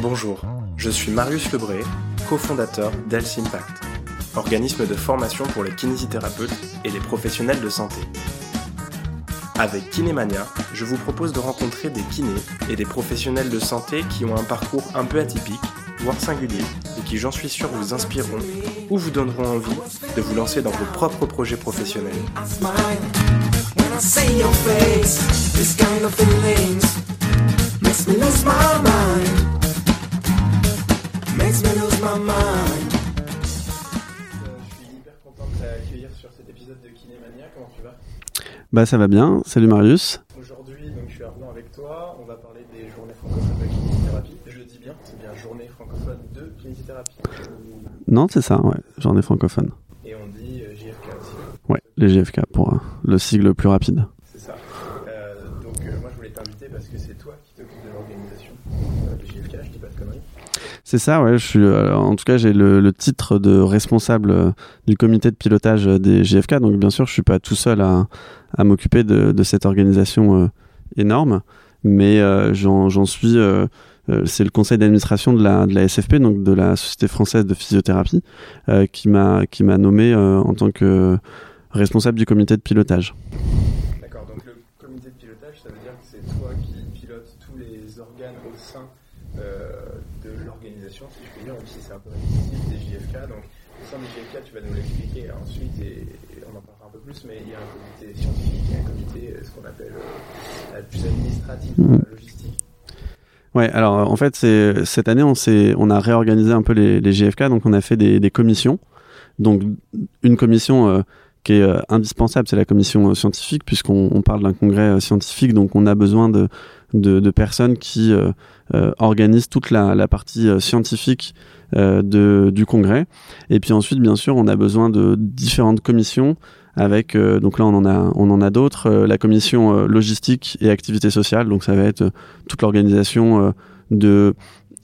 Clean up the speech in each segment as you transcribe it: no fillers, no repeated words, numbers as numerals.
Bonjour, je suis Marius Lebré, cofondateur d'Health Impact, organisme de formation pour les kinésithérapeutes et les professionnels de santé. Avec Kinémania, je vous propose de rencontrer des kinés et des professionnels de santé qui ont un parcours un peu atypique, voire singulier, et qui, j'en suis sûr, vous inspireront ou vous donneront envie de vous lancer dans vos propres projets professionnels. Je suis hyper content de t'accueillir sur cet épisode de Kinémania. Comment tu vas ? Bah ça va bien, salut Marius. Aujourd'hui, donc, je suis Arnaud avec toi, on va parler des journées francophones de kinésithérapie. Je le dis bien, c'est bien journée francophone de kinésithérapie. Non, c'est ça, ouais, journée francophone. Et on dit JFK aussi. Ouais, les JFK pour le sigle le plus rapide. C'est ça. Donc moi je voulais t'inviter parce que c'est toi qui t'occupes de l'organisation des JFK, je dis pas de conneries. C'est ça, ouais, je suis, en tout cas j'ai le titre de responsable du comité de pilotage des JFK, donc bien sûr je suis pas tout seul à m'occuper de cette organisation énorme, mais j'en suis... c'est le conseil d'administration de la SFP, donc de la Société Française de Physiothérapie, qui m'a nommé en tant que responsable du comité de pilotage. D'accord, donc le comité de pilotage, ça veut dire que c'est toi qui pilotes tous les organes au sein de l'organisation, si je puis dire, même si c'est un peu répétitif des JFK. Donc au sein des JFK, tu vas nous l'expliquer ensuite et on en parlera un peu plus, mais il y a un comité scientifique, il y a un comité, ce qu'on appelle plus administratif, logistique. Ouais, alors en fait, cette année, on a réorganisé un peu les JFK, donc on a fait des commissions. Donc une commission qui est indispensable, c'est la commission scientifique, puisqu'on parle d'un congrès scientifique, donc on a besoin de personnes qui organisent toute la partie scientifique du congrès. Et puis ensuite, bien sûr, on a besoin de différentes commissions avec, donc là on en a d'autres, la commission logistique et activité sociale, donc ça va être toute l'organisation de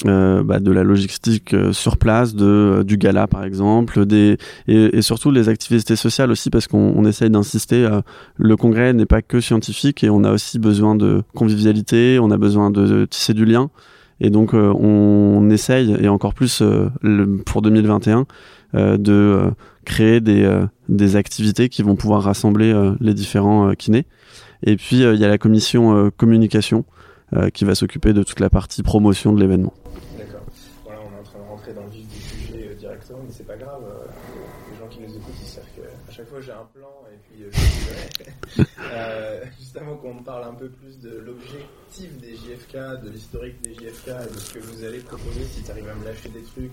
la logistique sur place, du gala par exemple, et surtout les activités sociales aussi, parce qu'on essaye d'insister, le congrès n'est pas que scientifique et on a aussi besoin de convivialité, on a besoin de tisser du lien, et donc on essaye, et encore plus pour 2021, de créer des activités qui vont pouvoir rassembler les différents kinés. Et puis il y a la commission communication qui va s'occuper de toute la partie promotion de l'événement. D'accord. Voilà, on est en train de rentrer dans le vif du sujet directement, mais c'est pas grave. Les gens qui nous écoutent, ils savent qu'à chaque fois j'ai un plan et puis je juste avant qu'on parle un peu plus de l'objectif des JFK, de l'historique des JFK et de ce que vous allez proposer, si tu arrives à me lâcher des trucs,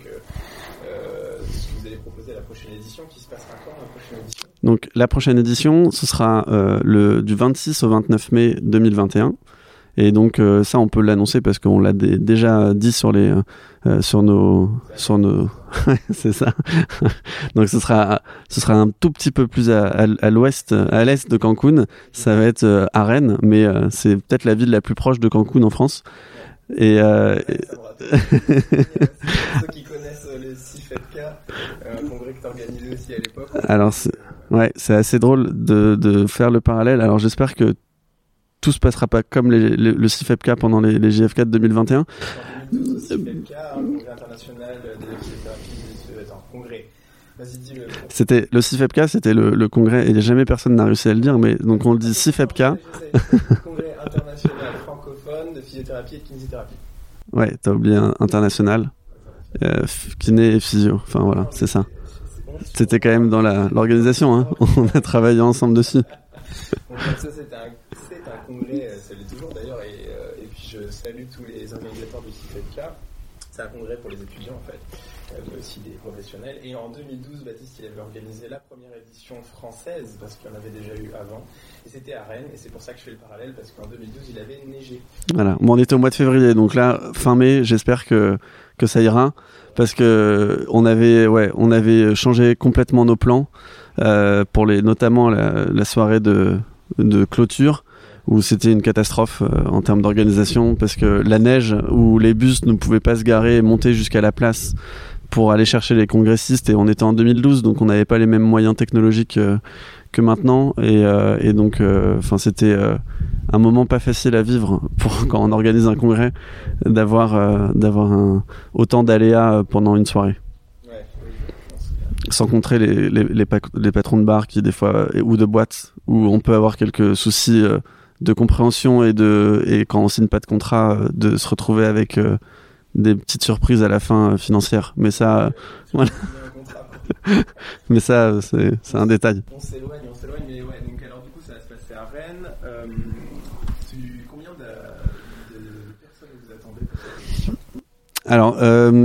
ce que vous allez proposer à la prochaine édition, qui se passera quand la prochaine édition ? Donc la prochaine édition, ce sera du 26 au 29 mai 2021. Et donc ça on peut l'annoncer parce qu'on l'a déjà dit sur nos c'est ça. Donc ce sera un tout petit peu plus à l'ouest, à l'est de Cancun. Ça va être à Rennes, mais c'est peut-être la ville la plus proche de Cancun en France. Et ceux qui connaissent les CIFEPK, un congrès que tu organisé aussi à l'époque. Alors c'est assez drôle de faire le parallèle. Alors j'espère que tout se passera pas comme le CIFEPK pendant les JFK de 2021. En 2012, le CIFEPK, un congrès international de congrès. Vas-y, dis-le. C'était le CIFEPK, c'était le congrès, et jamais personne n'a réussi à le dire, mais donc on le dit CIFEPK. Congrès international francophone de physiothérapie et de kinésithérapie. Ouais, t'as oublié international. Kiné et physio, enfin voilà, c'est ça. C'était quand même dans l'organisation, hein. On a travaillé ensemble dessus. Donc ça c'est un congrès, ça l'est toujours d'ailleurs, et puis je salue tous les organisateurs du CIFEPK. C'est un congrès pour les étudiants en fait, mais aussi des professionnels. Et en 2012, Baptiste il avait organisé la première édition française, parce qu'il y en avait déjà eu avant, et c'était à Rennes, et c'est pour ça que je fais le parallèle, parce qu'en 2012 il avait neigé. Voilà, bon, on était au mois de février, donc là, fin mai, j'espère que ça ira, parce que on avait changé complètement nos plans, pour notamment la soirée de clôture, où c'était une catastrophe en termes d'organisation, parce que la neige, où les bus ne pouvaient pas se garer et monter jusqu'à la place pour aller chercher les congressistes, et on était en 2012, donc on n'avait pas les mêmes moyens technologiques que maintenant, et donc c'était un moment pas facile à vivre pour quand on organise un congrès, d'avoir autant d'aléas pendant une soirée. Sans compter les patrons de bar qui des fois, ou de boîtes, où on peut avoir quelques soucis de compréhension et quand on signe pas de contrat, de se retrouver avec des petites surprises à la fin financières. Mais ça, voilà. Mais ça, c'est un détail. On s'éloigne, mais ouais. Donc alors du coup, ça va se passer à Rennes. Combien de personnes vous attendez? Alors,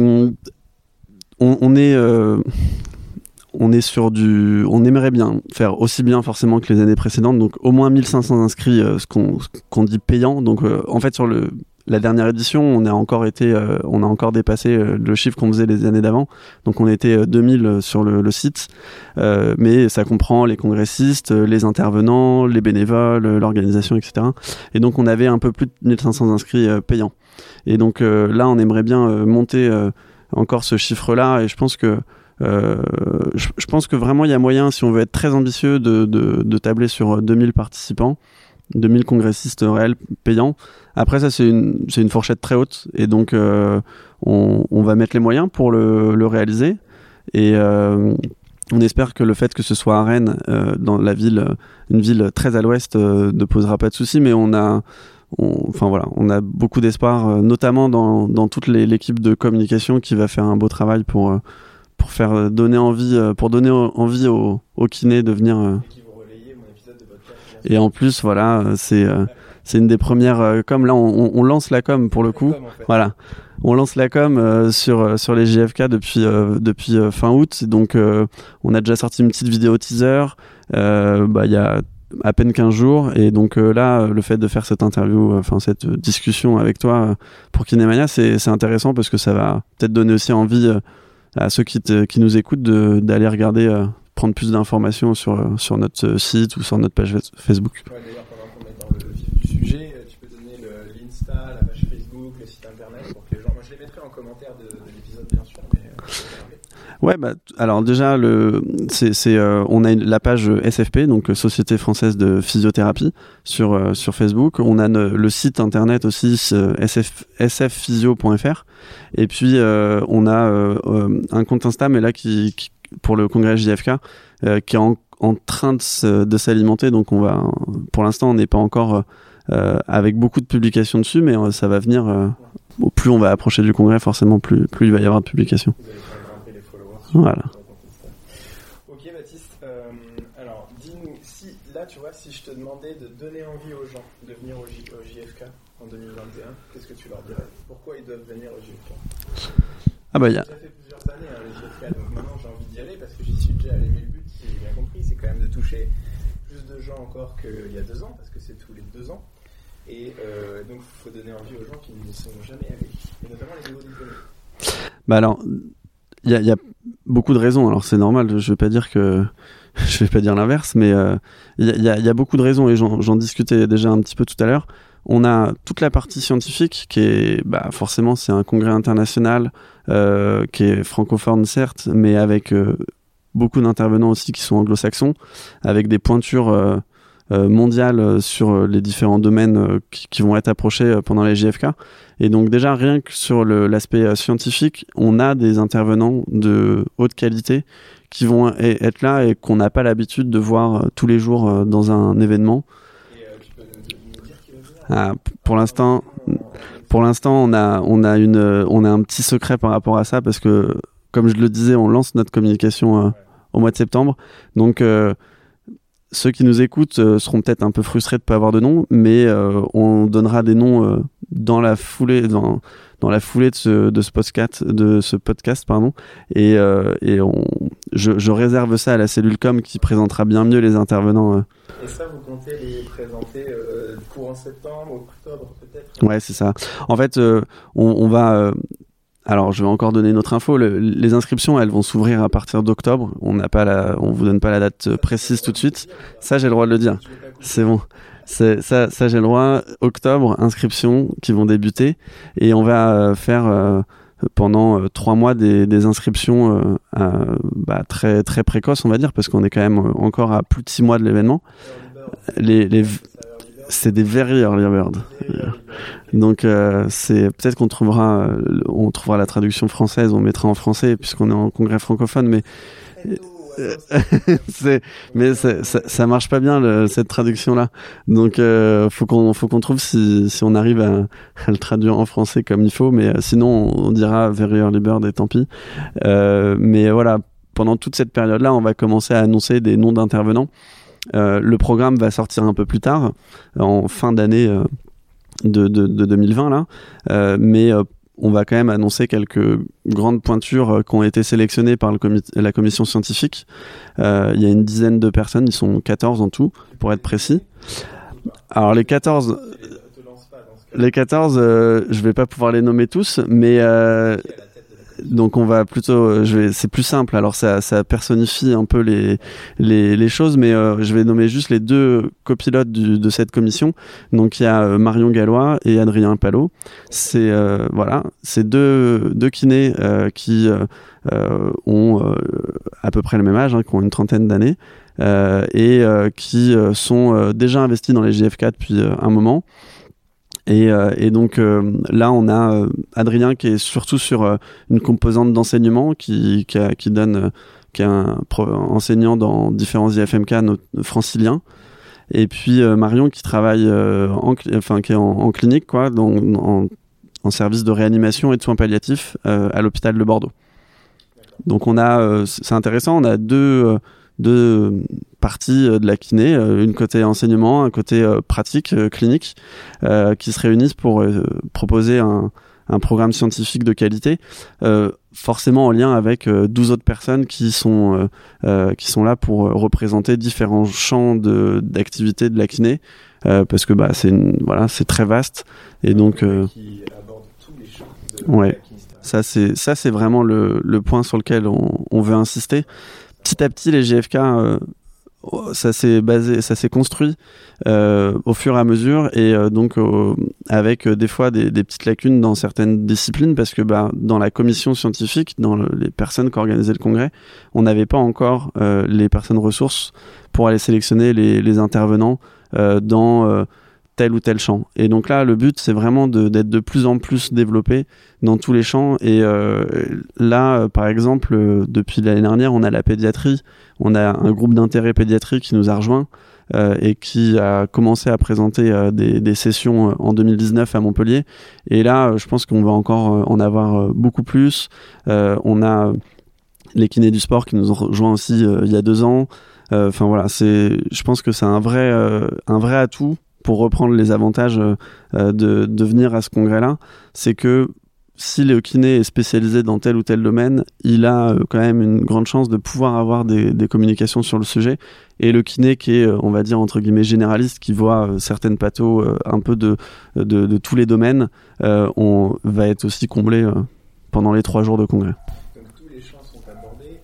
on est sur on aimerait bien faire aussi bien forcément que les années précédentes, donc au moins 1500 inscrits, ce qu'on dit payant. Donc en fait sur la dernière édition, on a encore dépassé le chiffre qu'on faisait les années d'avant. Donc on était 2000 sur le site, mais ça comprend les congressistes, les intervenants, les bénévoles, l'organisation, etc. Et donc on avait un peu plus de 1500 inscrits payants. Et donc là, on aimerait bien monter encore ce chiffre-là, et je pense que vraiment il y a moyen, si on veut être très ambitieux, de tabler sur 2000 participants, 2000 congressistes réels payants. Après ça, c'est une fourchette très haute, et donc on va mettre les moyens pour le réaliser, et on espère que le fait que ce soit à Rennes, dans la ville, une ville très à l'ouest, ne posera pas de soucis, mais on a beaucoup d'espoir, notamment dans toute l'équipe de communication qui va faire un beau travail pour faire donner envie, aux kinés de venir. Et en plus, voilà, c'est une des premières com. Là, on lance la com pour le coup. Voilà, on lance la com sur les JFK depuis fin août. Donc, on a déjà sorti une petite vidéo teaser. Il y a à peine 15 jours, et donc là, le fait de faire cette interview, cette discussion avec toi pour Kinémania, c'est intéressant parce que ça va peut-être donner aussi envie à ceux qui nous écoutent d'aller regarder, prendre plus d'informations sur notre site ou sur notre page Facebook. Ouais, d'ailleurs, pendant qu'on est dans le vif du sujet, tu peux donner l'Insta, la page Facebook, le site internet pour que les gens. Moi, je les mettrai en commentaire de l'épisode, bien sûr. Ouais, alors déjà, on a la page SFP, donc Société Française de Physiothérapie, sur Facebook. On a le site internet aussi, sfphysio.fr. Et puis, on a un compte Insta, mais là, qui pour le congrès JFK, qui est en train de s'alimenter. Donc, pour l'instant, on n'est pas encore avec beaucoup de publications dessus, mais ça va venir. Plus on va approcher du congrès, forcément, plus il va y avoir de publications. Voilà. Ok Baptiste, alors dis-nous, si je te demandais de donner envie aux gens de venir au JFK en 2021, qu'est-ce que tu leur dirais? Pourquoi ils doivent venir au JFK? Ça fait plusieurs années le JFK, donc maintenant j'ai envie d'y aller parce que j'y suis déjà allé, mais le but, si j'ai bien compris, c'est quand même de toucher plus de gens encore qu'il y a 2 ans, parce que c'est tous les 2 ans, et donc il faut donner envie aux gens qui n'y sont jamais allés, et notamment les nouveaux diplômés. Alors, il y a beaucoup de raisons. Alors c'est normal, je vais pas dire l'inverse, mais il y a beaucoup de raisons, et j'en discutais déjà un petit peu tout à l'heure. On a toute la partie scientifique qui est, forcément, c'est un congrès international qui est francophone certes, mais avec beaucoup d'intervenants aussi qui sont anglo-saxons, avec des pointures mondiales sur les différents domaines qui vont être approchés pendant les JFK. Et donc déjà, rien que sur l'aspect scientifique, on a des intervenants de haute qualité qui vont être là et qu'on n'a pas l'habitude de voir tous les jours dans un événement. Et tu peux nous dire qui va venir? Pour l'instant, on a un petit secret par rapport à ça, parce que, comme je le disais, on lance notre communication au mois de septembre. Donc ceux qui nous écoutent seront peut-être un peu frustrés de ne pas avoir de nom, mais on donnera des noms dans la foulée de ce podcast, pardon. Et je réserve ça à la cellule com qui présentera bien mieux les intervenants. Et ça, vous comptez les présenter courant septembre, octobre peut-être? Ouais, c'est ça. En fait, on va... alors, je vais encore donner une autre info. Les inscriptions, elles vont s'ouvrir à partir d'octobre. On vous donne pas la date précise tout de suite. Ça, j'ai le droit de le dire. C'est bon. Ça, j'ai le droit. Octobre, inscriptions qui vont débuter, et on va faire pendant 3 mois des inscriptions très très précoces, on va dire, parce qu'on est quand même encore à plus de 6 mois de l'événement. C'est des very early bird. Donc c'est peut-être qu'on trouvera la traduction française, on mettra en français puisqu'on est en congrès francophone, mais ça marche pas bien cette traduction là. Donc faut qu'on trouve si on arrive à le traduire en français comme il faut, mais sinon on dira very early bird et tant pis. Mais voilà, pendant toute cette période là, on va commencer à annoncer des noms d'intervenants. Le programme va sortir un peu plus tard, en fin d'année de 2020 là, mais on va quand même annoncer quelques grandes pointures qui ont été sélectionnées par la commission scientifique. Il y a une dizaine de personnes, ils sont 14 en tout, pour être précis. Alors les 14, je vais pas pouvoir les nommer tous, mais donc on va plutôt, c'est plus simple. Alors ça personnifie un peu les choses, mais je vais nommer juste les 2 copilotes de cette commission. Donc il y a Marion Gallois et Adrien Palot. C'est c'est deux kinés qui ont à peu près le même âge, qui ont une trentaine d'années et qui sont déjà investis dans les JFK depuis un moment. Et donc là on a Adrien qui est surtout sur une composante d'enseignement qui est un enseignant dans différents IFMK franciliens, et puis Marion qui travaille qui est en clinique quoi, en service de réanimation et de soins palliatifs à l'hôpital de Bordeaux. Donc on a c'est intéressant, on a deux parties de la kiné, une côté enseignement, un côté pratique, clinique, qui se réunissent pour proposer un programme scientifique de qualité, forcément en lien avec 12 autres personnes qui sont là pour représenter différents champs d'activité de la kiné, parce que c'est très vaste, et donc qui aborde tous les champs de ouais. la kinésithérapie. Ça c'est vraiment le point sur lequel on veut insister. Petit à petit, les JFK, ça s'est construit au fur et à mesure, et donc avec des fois des petites lacunes dans certaines disciplines, parce que dans la commission scientifique, dans les personnes qui organisaient le congrès, on n'avait pas encore les personnes ressources pour aller sélectionner les intervenants dans tel ou tel champ. Et donc là, le but, c'est vraiment d'être de plus en plus développé dans tous les champs. Et là, par exemple, depuis l'année dernière, on a la pédiatrie. On a un groupe d'intérêt pédiatrie qui nous a rejoints et qui a commencé à présenter des sessions en 2019 à Montpellier. Et là, je pense qu'on va encore en avoir beaucoup plus. On a les kinés du sport qui nous ont rejoints aussi il y a 2 ans. Enfin voilà, je pense que c'est un vrai atout pour reprendre les avantages de venir à ce congrès-là. C'est que si le kiné est spécialisé dans tel ou tel domaine, il a quand même une grande chance de pouvoir avoir des communications sur le sujet. Et le kiné qui est, on va dire, entre guillemets, généraliste, qui voit certaines pathos un peu de tous les domaines, on va être aussi comblé pendant les 3 jours de congrès. Donc tous les champs sont abordés.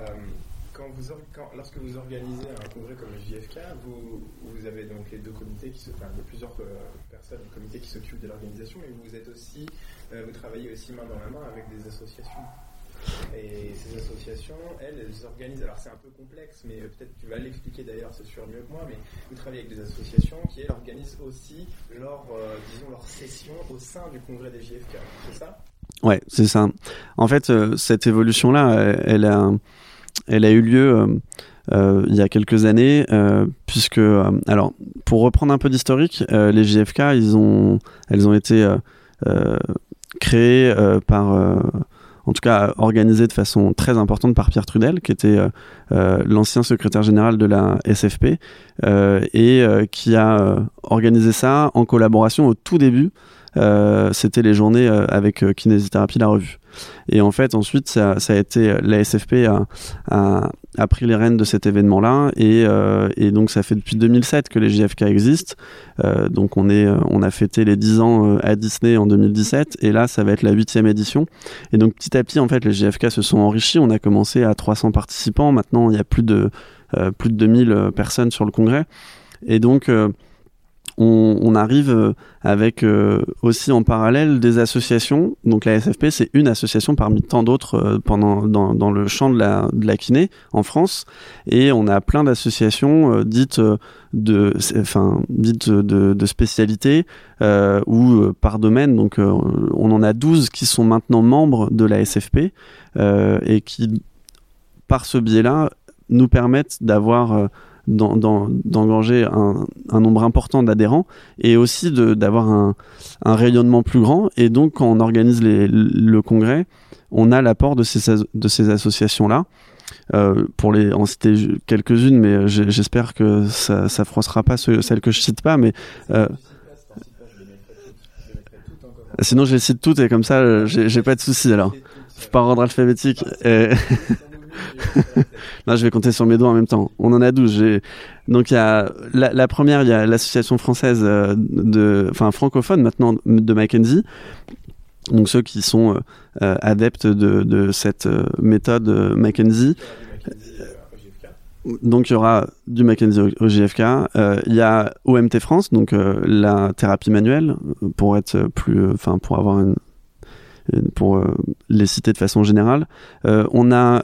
Lorsque vous organisez un congrès comme le JFK, vous avez donc les 2 comités de plusieurs personnes, comités qui s'occupent de l'organisation, et vous travaillez aussi main dans la main avec des associations. Et ces associations, elles organisent, alors c'est un peu complexe, mais peut-être tu vas l'expliquer d'ailleurs, c'est sûr mieux que moi, mais vous travaillez avec des associations qui, elles, organisent aussi leurs sessions au sein du congrès des JFK, c'est ça ? Ouais, c'est ça. En fait, cette évolution-là, elle a eu lieu il y a quelques années, puisque, alors, pour reprendre un peu d'historique, les JFK, elles ont été créées en tout cas organisées de façon très importante par Pierre Trudel, qui était l'ancien secrétaire général de la SFP, et qui a organisé ça en collaboration au tout début. C'était les journées avec Kinésithérapie La Revue. Et en fait, ensuite, ça a été la SFP a pris les rênes de cet événement-là, et donc ça fait depuis 2007 que les JFK existent. Donc on a fêté les 10 ans à Disney en 2017, et là ça va être la 8e édition. Et donc petit à petit, en fait, les JFK se sont enrichis. On a commencé à 300 participants. Maintenant, il y a plus de 2000 personnes sur le congrès. Et donc on arrive avec aussi en parallèle des associations. Donc la SFP, c'est une association parmi tant d'autres dans le champ de la kiné en France. Et on a plein d'associations dites de spécialité ou par domaine. Donc on en a 12 qui sont maintenant membres de la SFP et qui, par ce biais-là, nous permettent d'engorger un nombre important d'adhérents et aussi d'avoir un rayonnement plus grand. Et donc, quand on organise le congrès, on a l'apport de ces associations-là. Pour en citer quelques-unes, mais j'espère que ça froissera pas celles que je cite pas, mais sinon je les cite toutes et comme ça j'ai pas de soucis alors. Faut pas rendre alphabétique. Là, je vais compter sur mes doigts en même temps. On en a 12. Donc, il y a la première, il y a l'association française francophone maintenant de Mackenzie. Donc, ceux qui sont adeptes de cette méthode Mackenzie. Donc, il y aura du Mackenzie au JFK. Il y a OMT France, donc la thérapie manuelle, pour être pour avoir pour les citer de façon générale. On a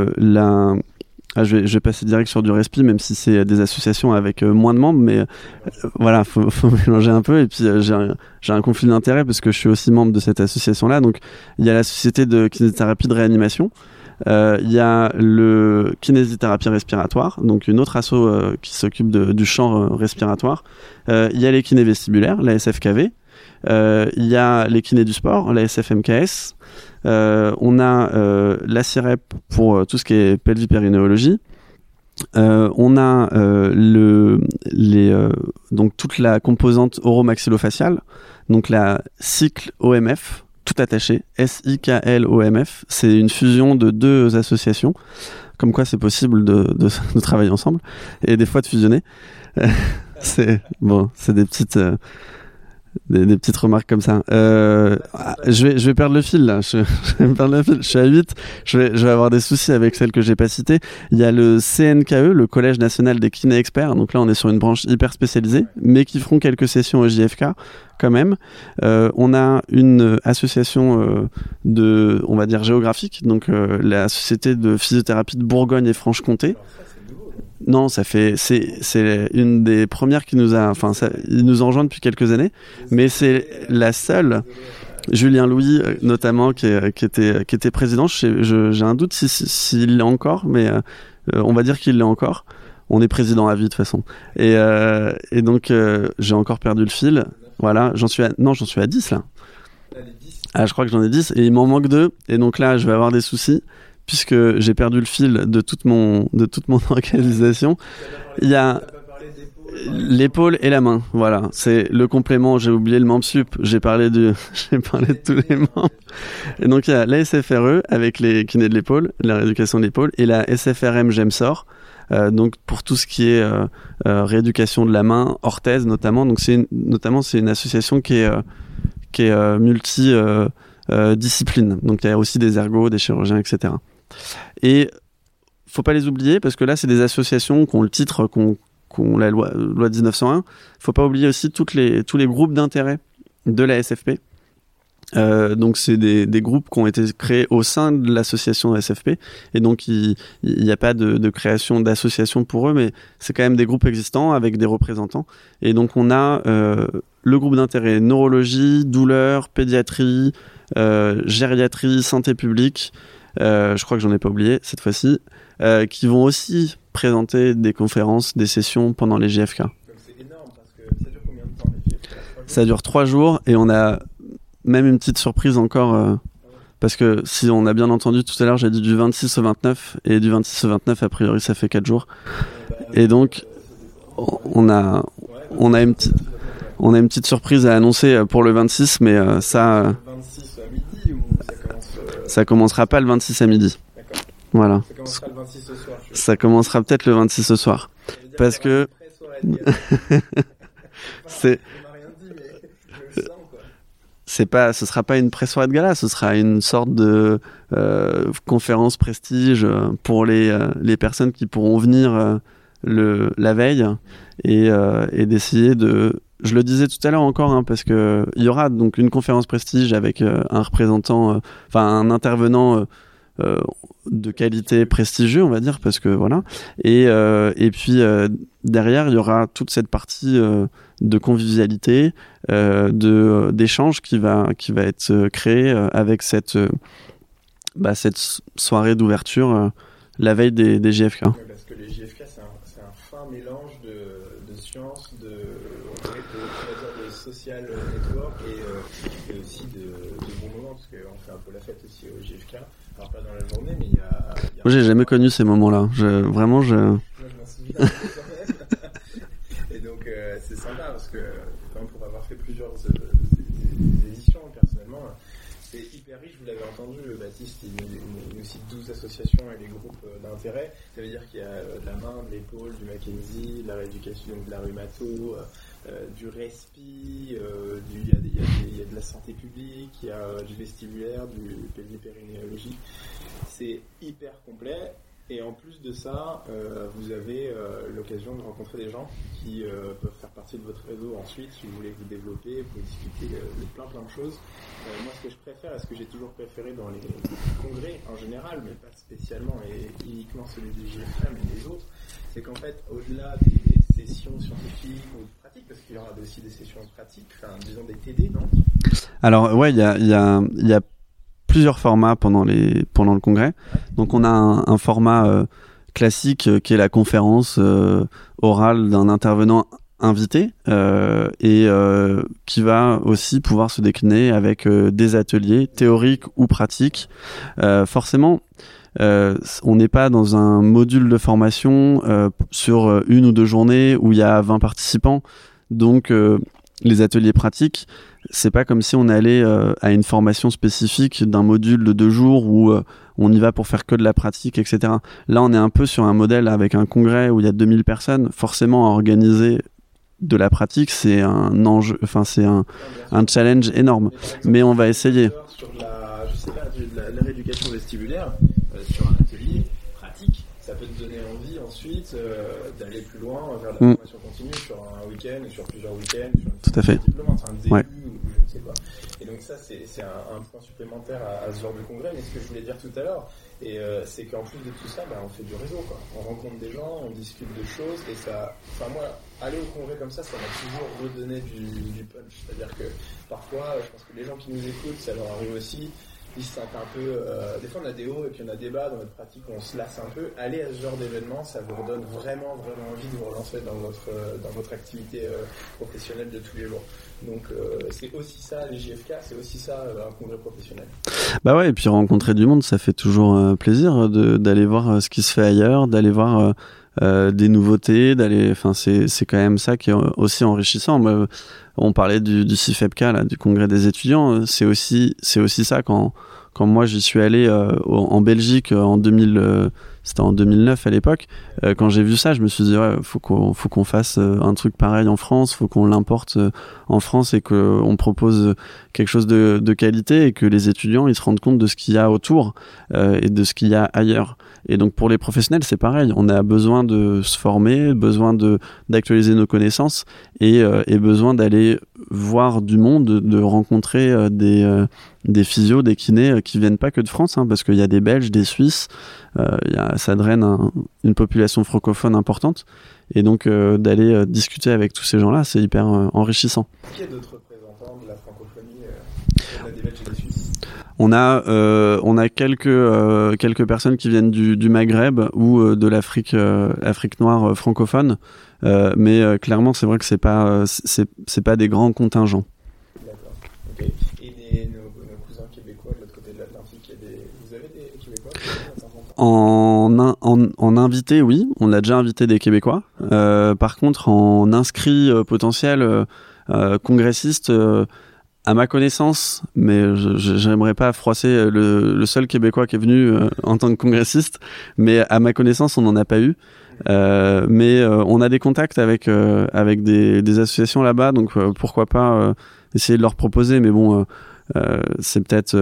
je vais passer direct sur du respi, même si c'est des associations avec moins de membres, mais voilà, faut mélanger un peu. Et puis j'ai un conflit d'intérêt parce que je suis aussi membre de cette association-là. Donc il y a la société de kinésithérapie de réanimation. Il y a le kinésithérapie respiratoire, donc une autre asso qui s'occupe du champ respiratoire. Il y a les kinés vestibulaires, la SFKV. Il y a les kinés du sport, la SFMKS. On a la CIREP pour tout ce qui est pelvipérinéologie. On a donc toute la composante oromaxillofaciale, donc la cycle OMF, tout attaché, SIKL-OMF. C'est une fusion de deux associations, comme quoi c'est possible de travailler ensemble et des fois de fusionner. C'est des petites remarques comme ça. Je vais perdre le fil là. Je suis à 8. Je vais avoir des soucis avec celle que j'ai pas citée. Il y a le CNKE, le Collège national des kinés experts. Donc là, on est sur une branche hyper spécialisée, mais qui feront quelques sessions au JFK quand même. On a une association on va dire géographique. Donc la Société de physiothérapie de Bourgogne et Franche-Comté. Non, c'est une des premières qui nous a, il nous en rejoint depuis quelques années, mais c'est la seule. Julien Louis, notamment, qui était président. J'ai un doute s'il l'est encore, mais on va dire qu'il l'est encore. On est président à vie de toute façon. Et donc, j'ai encore perdu le fil. Voilà, j'en suis à 10 là. Ah, je crois que j'en ai 10 et il m'en manque 2. Et donc là, je vais avoir des soucis, puisque j'ai perdu le fil de toute mon organisation. Il y a l'épaule et la main, voilà. C'est le complément. J'ai oublié le membre sup. J'ai parlé de tous les membres. Et donc il y a la SFRE avec les kinés de l'épaule, la rééducation de l'épaule, et la SFRM GEMSOR. Donc pour tout ce qui est rééducation de la main, orthèse notamment. Donc c'est une association qui est multi discipline. Donc il y a aussi des ergos, des chirurgiens, etc. Et faut pas les oublier parce que là c'est des associations qui ont le titre, qui ont la loi 1901. Faut pas oublier aussi tous les groupes d'intérêt de la SFP. Donc c'est des groupes qui ont été créés au sein de l'association SFP et donc il n'y a pas de création d'association pour eux, mais c'est quand même des groupes existants avec des représentants. Et donc on a le groupe d'intérêt neurologie, douleur, pédiatrie, gériatrie, santé publique, je crois que j'en ai pas oublié cette fois-ci, qui vont aussi présenter des conférences, des sessions pendant les JFK. Donc c'est énorme parce que ça dure combien de temps les JFK? Ça dure 3 jours et on a même une petite surprise encore, parce que si on a bien entendu tout à l'heure, j'ai dit du 26 au 29 et du 26 au 29 a priori ça fait 4 jours. Et donc on a une petite surprise à annoncer pour le 26, mais ça commencera pas le 26 à midi. Voilà. Ça commencera le 26 ce soir. Ça commencera peut-être le 26 ce soir. Parce que ce sera pas une pré-soirée de gala, ce sera une sorte de conférence prestige pour les personnes qui pourront venir la veille et d'essayer de je le disais tout à l'heure encore, hein, parce que il y aura donc une conférence prestige avec un représentant, un intervenant de qualité prestigieux, on va dire, parce que voilà. Et puis derrière, il y aura toute cette partie de convivialité, d'échange qui va être créée avec cette soirée d'ouverture la veille des JFK. Ouais, parce que les JFK, c'est un fin mélange de sciences, on va dire de social network et aussi de bons moments, parce qu'on fait un peu la fête aussi au JFK. Alors pas dans la journée, mais il y a Moi, j'ai jamais connu ces moments-là. Vraiment, Moi, je m'en souviens. Et donc, c'est sympa, parce que pour avoir fait plusieurs éditions, personnellement, c'est hyper riche. Vous l'avez entendu, Baptiste, il nous cite 12 associations et les groupes d'intérêt. Ça veut dire qu'il y a de la main, de l'épaule, du Mackenzie, de la rééducation, de la rhumato, du respi, il y a de la santé publique, il y a du vestibulaire, du périnéologie. C'est hyper complet. Et en plus de ça, vous avez l'occasion de rencontrer des gens qui peuvent faire partie de votre réseau ensuite, si vous voulez vous développer, vous pouvez discuter de plein de choses. Moi, ce que je préfère, et ce que j'ai toujours préféré dans les congrès en général, mais pas spécialement et uniquement celui du JFK, mais les autres, c'est qu'en fait, au-delà des sessions scientifiques ou pratiques, parce qu'il y aura aussi des sessions pratiques, disons des TD, non ? Alors, ouais, il y a plusieurs formats pendant le congrès. Donc on a un format classique qui est la conférence orale d'un intervenant invité et qui va aussi pouvoir se décliner avec des ateliers théoriques ou pratiques. Forcément, on n'est pas dans un module de formation sur 1 ou 2 journées où il y a 20 participants. Donc les ateliers pratiques, c'est pas comme si on allait à une formation spécifique d'un module de 2 jours où on y va pour faire que de la pratique, etc. Là, on est un peu sur un modèle avec un congrès où il y a 2000 personnes. Forcément, à organiser de la pratique, c'est un enjeu, c'est un challenge énorme. Mais on va essayer. Sur la rééducation vestibulaire, sur un atelier pratique, ça peut te donner envie ensuite d'aller plus loin vers la formation continue sur un week-end, sur plusieurs week-ends, sur tout à fait. Diplôme, un début, ou je ne sais pas. Et donc ça, c'est un point supplémentaire à ce genre de congrès. Mais ce que je voulais dire tout à l'heure, c'est qu'en plus de tout ça, on fait du réseau, quoi. On rencontre des gens, on discute de choses, et ça, moi, aller au congrès comme ça m'a toujours redonné du punch. C'est-à-dire que parfois, je pense que les gens qui nous écoutent, ça leur arrive aussi. Ils se sentent un peu... des fois, on a des hauts et puis on a des bas dans notre pratique, on se lasse un peu. Aller à ce genre d'événement, ça vous redonne vraiment envie de vous relancer dans votre activité professionnelle de tous les jours. Donc, c'est aussi ça, les JFK, c'est aussi ça, un congrès professionnel. Bah ouais, et puis rencontrer du monde, ça fait toujours plaisir d'aller voir ce qui se fait ailleurs, d'aller voir... des nouveautés, c'est quand même ça qui est aussi enrichissant. On parlait du CIFEPK, là, du congrès des étudiants, c'est aussi ça quand moi j'y suis allé en Belgique c'était en 2009 à l'époque, quand j'ai vu ça, je me suis dit faut qu'on fasse un truc pareil en France, faut qu'on l'importe en France et qu'on propose quelque chose de qualité et que les étudiants ils se rendent compte de ce qu'il y a autour et de ce qu'il y a ailleurs. Et donc pour les professionnels, c'est pareil. On a besoin de se former, besoin d'actualiser nos connaissances et besoin d'aller voir du monde, de rencontrer des physios, des kinés qui viennent pas que de France, parce qu'il y a des Belges, des Suisses, ça draine une population francophone importante. Et donc d'aller discuter avec tous ces gens-là, c'est hyper enrichissant. Est-ce qu'il y a d'autres représentants de la francophonie on a des Belges et des Suisses? On a quelques personnes qui viennent du Maghreb ou de l'Afrique noire francophone, mais clairement c'est vrai que c'est pas des grands contingents. D'accord. Ok. Et nos cousins québécois de l'autre côté de l'Atlantique, vous avez des Québécois en invité, oui, on a déjà invité des Québécois. Par contre, en inscrit potentiel congressiste. À ma connaissance, mais j'aimerais pas froisser le seul Québécois qui est venu en tant que congressiste, mais à ma connaissance, on n'en a pas eu. Mais on a des contacts avec des associations là-bas, donc pourquoi pas essayer de leur proposer. Mais bon, c'est peut-être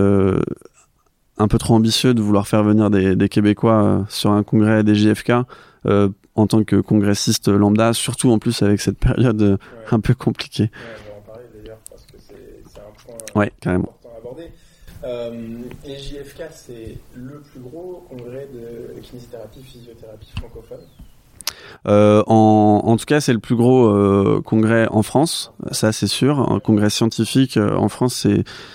un peu trop ambitieux de vouloir faire venir des Québécois sur un congrès des JFK. en tant que congressiste lambda, surtout en plus avec cette période un peu compliquée. On va en parler d'ailleurs parce que c'est un point carrément. important à aborder. Et JFK, c'est le plus gros congrès de kinésithérapie, physiothérapie francophone. En tout cas, c'est le plus gros congrès en France, ça c'est sûr. Un congrès scientifique en France,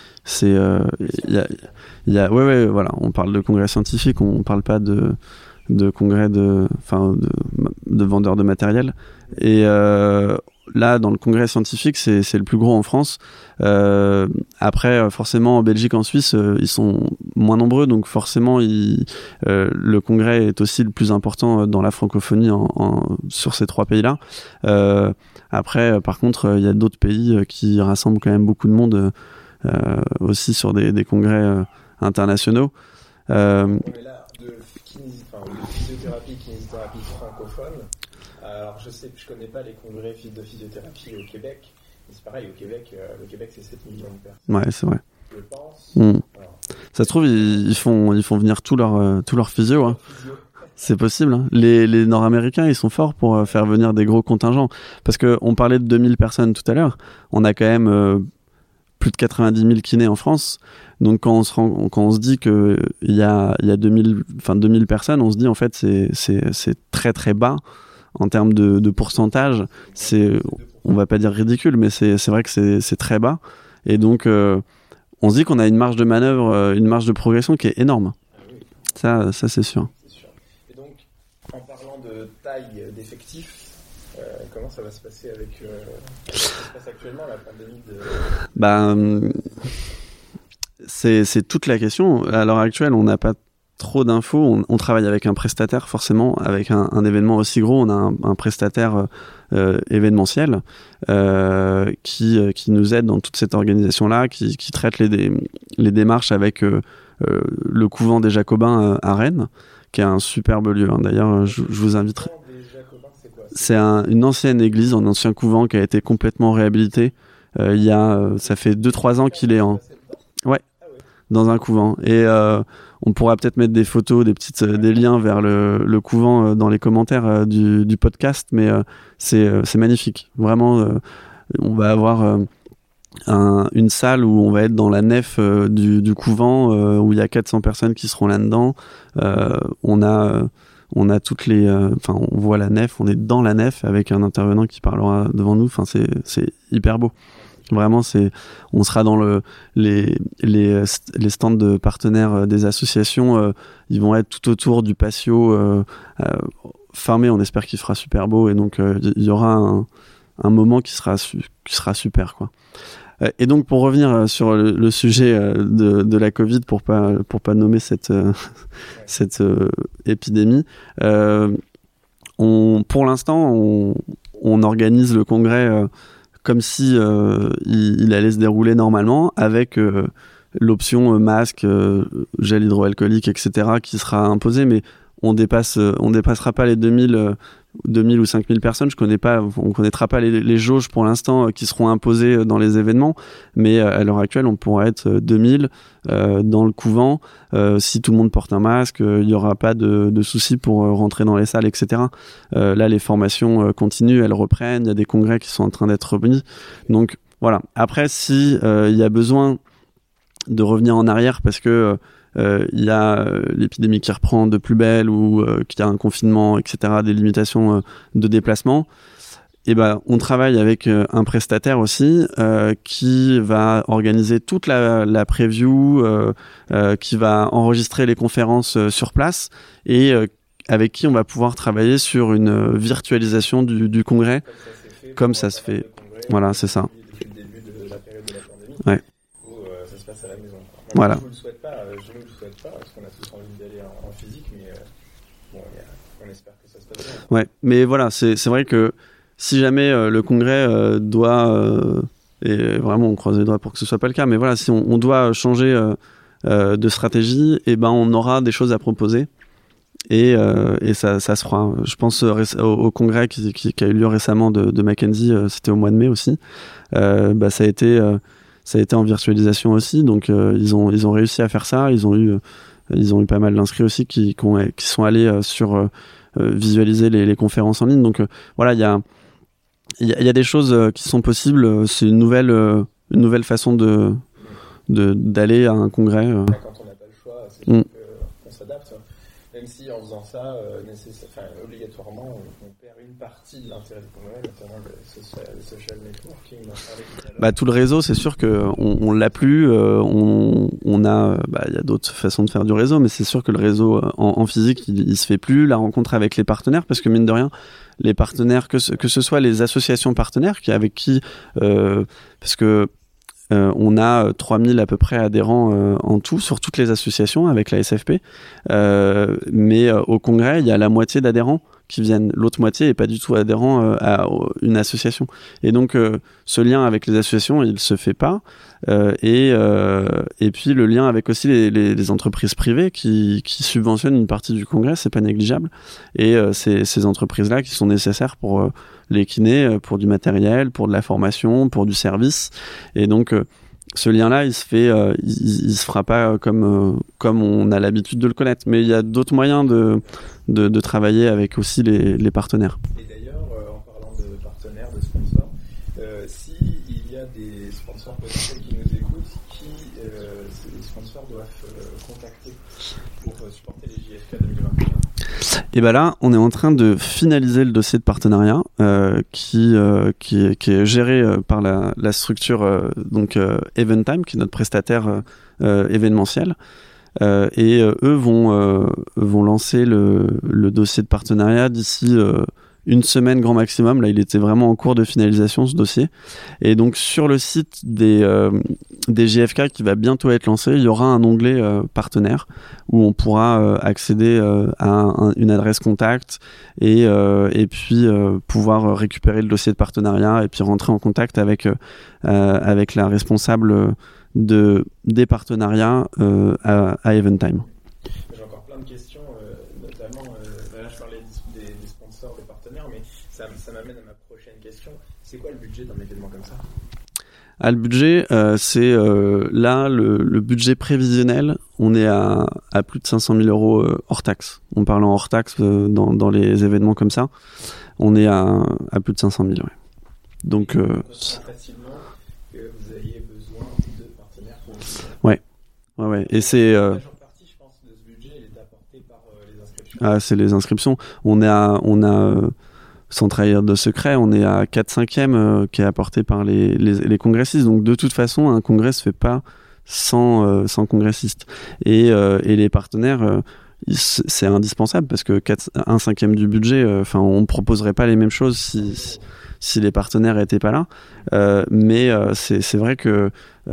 voilà, on parle de congrès scientifique, on parle pas de congrès de vendeurs de matériel. Et là, dans le congrès scientifique, c'est le plus gros en France. Après, forcément, en Belgique, en Suisse, ils sont moins nombreux, donc forcément, le congrès est aussi le plus important dans la francophonie sur ces 3 pays-là. Après, par contre, il y a d'autres pays qui rassemblent quand même beaucoup de monde aussi sur des congrès internationaux. On est là de physiothérapie, kinésithérapie francophone. Alors je connais pas les congrès de physiothérapie au Québec, mais c'est pareil, au Québec, le Québec c'est 7 millions de personnes. Ouais, c'est vrai. Je pense. Ça se trouve, ils font venir tout leur physio, hein. C'est possible, hein. Les Nord-Américains, ils sont forts pour faire venir des gros contingents. Parce qu'on parlait de 2000 personnes tout à l'heure, on a quand même plus de 90 000 kinés en France. Donc quand on se dit qu'il y a 2000 personnes, on se dit en fait c'est très très bas en termes de pourcentage. On va pas dire ridicule, mais c'est vrai que c'est très bas. Et donc on se dit qu'on a une marge de manœuvre, une marge de progression qui est énorme. Ça c'est sûr. Et donc en parlant de taille d'effectifs, comment ça va se passer avec ce qui se passe actuellement, la pandémie c'est toute la question. À l'heure actuelle, on n'a pas trop d'infos. On travaille avec un prestataire, forcément. Avec un événement aussi gros, on a un prestataire événementiel qui nous aide dans toute cette organisation-là, qui traite les démarches avec le couvent des Jacobins à Rennes, qui est un superbe lieu. Hein. D'ailleurs, je vous inviterai. C'est une ancienne église, un ancien couvent qui a été complètement réhabilité. Ça fait 2-3 ans qu'il est dans un couvent. Et on pourra peut-être mettre des photos, des liens vers le couvent dans les commentaires du podcast, mais c'est magnifique. Vraiment, on va avoir une salle où on va être dans la nef du couvent, où il y a 400 personnes qui seront là-dedans. On a toutes les... on voit la nef, on est dans la nef avec un intervenant qui parlera devant nous. Enfin, c'est hyper beau. Vraiment, on sera dans les stands de partenaires des associations. Ils vont être tout autour du patio fermé. On espère qu'il fera super beau. Et donc, il y aura un moment qui sera super, quoi. Et donc, pour revenir sur le sujet de la Covid, pour pas nommer cette épidémie, pour l'instant, on organise le congrès comme si il allait se dérouler normalement, avec l'option masque, gel hydroalcoolique, etc., qui sera imposée, mais on dépassera pas les 2000 ou 5000 personnes. On connaîtra pas les jauges pour l'instant qui seront imposées dans les événements, mais à l'heure actuelle, on pourra être 2000 dans le couvent. Si tout le monde porte un masque, il y aura pas de soucis pour rentrer dans les salles, etc. Là, les formations continuent, elles reprennent. Il y a des congrès qui sont en train d'être remis. Donc voilà. Après, si il y a besoin de revenir en arrière parce que il y a l'épidémie qui reprend de plus belle ou qu'il y a un confinement, etc., des limitations de déplacement, et on travaille avec un prestataire aussi qui va organiser toute la preview, qui va enregistrer les conférences sur place et avec qui on va pouvoir travailler sur une virtualisation du congrès, comme ça se fait. Voilà, c'est ça. Depuis le début de la période de la pandémie, ouais. Où ça se passe à la maison. Voilà. Je ne vous le souhaite pas, parce qu'on a tous envie d'aller en physique, mais on espère que ça se passe bien. Ouais, mais voilà, c'est vrai que si jamais le congrès doit, et vraiment on croise les doigts pour que ce soit pas le cas, mais voilà, si on doit changer de stratégie, et on aura des choses à proposer. Et ça se fera. Je pense au congrès qui a eu lieu récemment de Mackenzie, c'était au mois de mai aussi. Ça a été en virtualisation aussi, donc ils ont réussi à faire ça. Ils ont eu pas mal d'inscrits aussi qui sont allés sur visualiser les conférences en ligne. Donc voilà, il y a des choses qui sont possibles. C'est une nouvelle façon d'aller à un congrès. Quand on n'a pas le choix, c'est sûr qu'on s'adapte. Même si en faisant ça, obligatoirement, on perd une partie de l'intérêt du congrès, notamment le social networking. Tout le réseau, c'est sûr qu'on l'a plus. Il y a d'autres façons de faire du réseau, mais c'est sûr que le réseau en physique, il se fait plus. La rencontre avec les partenaires, parce que mine de rien, les partenaires, que ce soit les associations partenaires, parce que on a 3000 à peu près adhérents en tout sur toutes les associations avec la SFP, mais au congrès il y a la moitié d'adhérents qui viennent, l'autre moitié est pas du tout adhérent à une association, et donc ce lien avec les associations il se fait pas, et puis le lien avec aussi les entreprises privées qui subventionnent une partie du congrès, c'est pas négligeable, et ces entreprises là qui sont nécessaires pour les kinés, pour du matériel, pour de la formation, pour du service, et donc ce lien-là, il se fera pas comme on a l'habitude de le connaître. Mais il y a d'autres moyens de travailler avec aussi les partenaires. Et d'ailleurs, en parlant de partenaires, de sponsors, s'il y a des sponsors potentiels qui nous écoutent, ces sponsors doivent contacter pour supporter les JFK 2021. Et là, on est en train de finaliser le dossier de partenariat qui est géré par la structure Eventime, qui est notre prestataire événementiel. Et eux vont lancer le dossier de partenariat d'ici une semaine grand maximum. Là, il était vraiment en cours de finalisation, ce dossier. Et donc, sur le site des JFK qui va bientôt être lancé, il y aura un onglet partenaire où on pourra accéder à une adresse contact et puis pouvoir récupérer le dossier de partenariat et puis rentrer en contact avec la responsable des partenariats à Eventime. J'ai encore plein de questions, notamment, là je parlais des sponsors, des partenaires, mais ça m'amène à ma prochaine question. C'est quoi le budget d'un événement comme ça ? Le budget, c'est là le budget prévisionnel, on est à plus de 500 000 euros hors taxe. En parlant hors taxe dans les événements comme ça, on est à plus de 500 000, ouais. Donc facilement que vous ayez besoin de partenaires pour ouais. Et c'est la majeure partie, je pense, de ce budget, elle est apportée par les inscriptions. C'est les inscriptions. On a sans trahir de secret, on est à 4/5 qui est apporté par les congressistes. Donc de toute façon, un congrès se fait pas sans congressistes. Et les partenaires, c'est indispensable parce que 1/5 du budget, on proposerait pas les mêmes choses si les partenaires étaient pas là. Mais c'est vrai que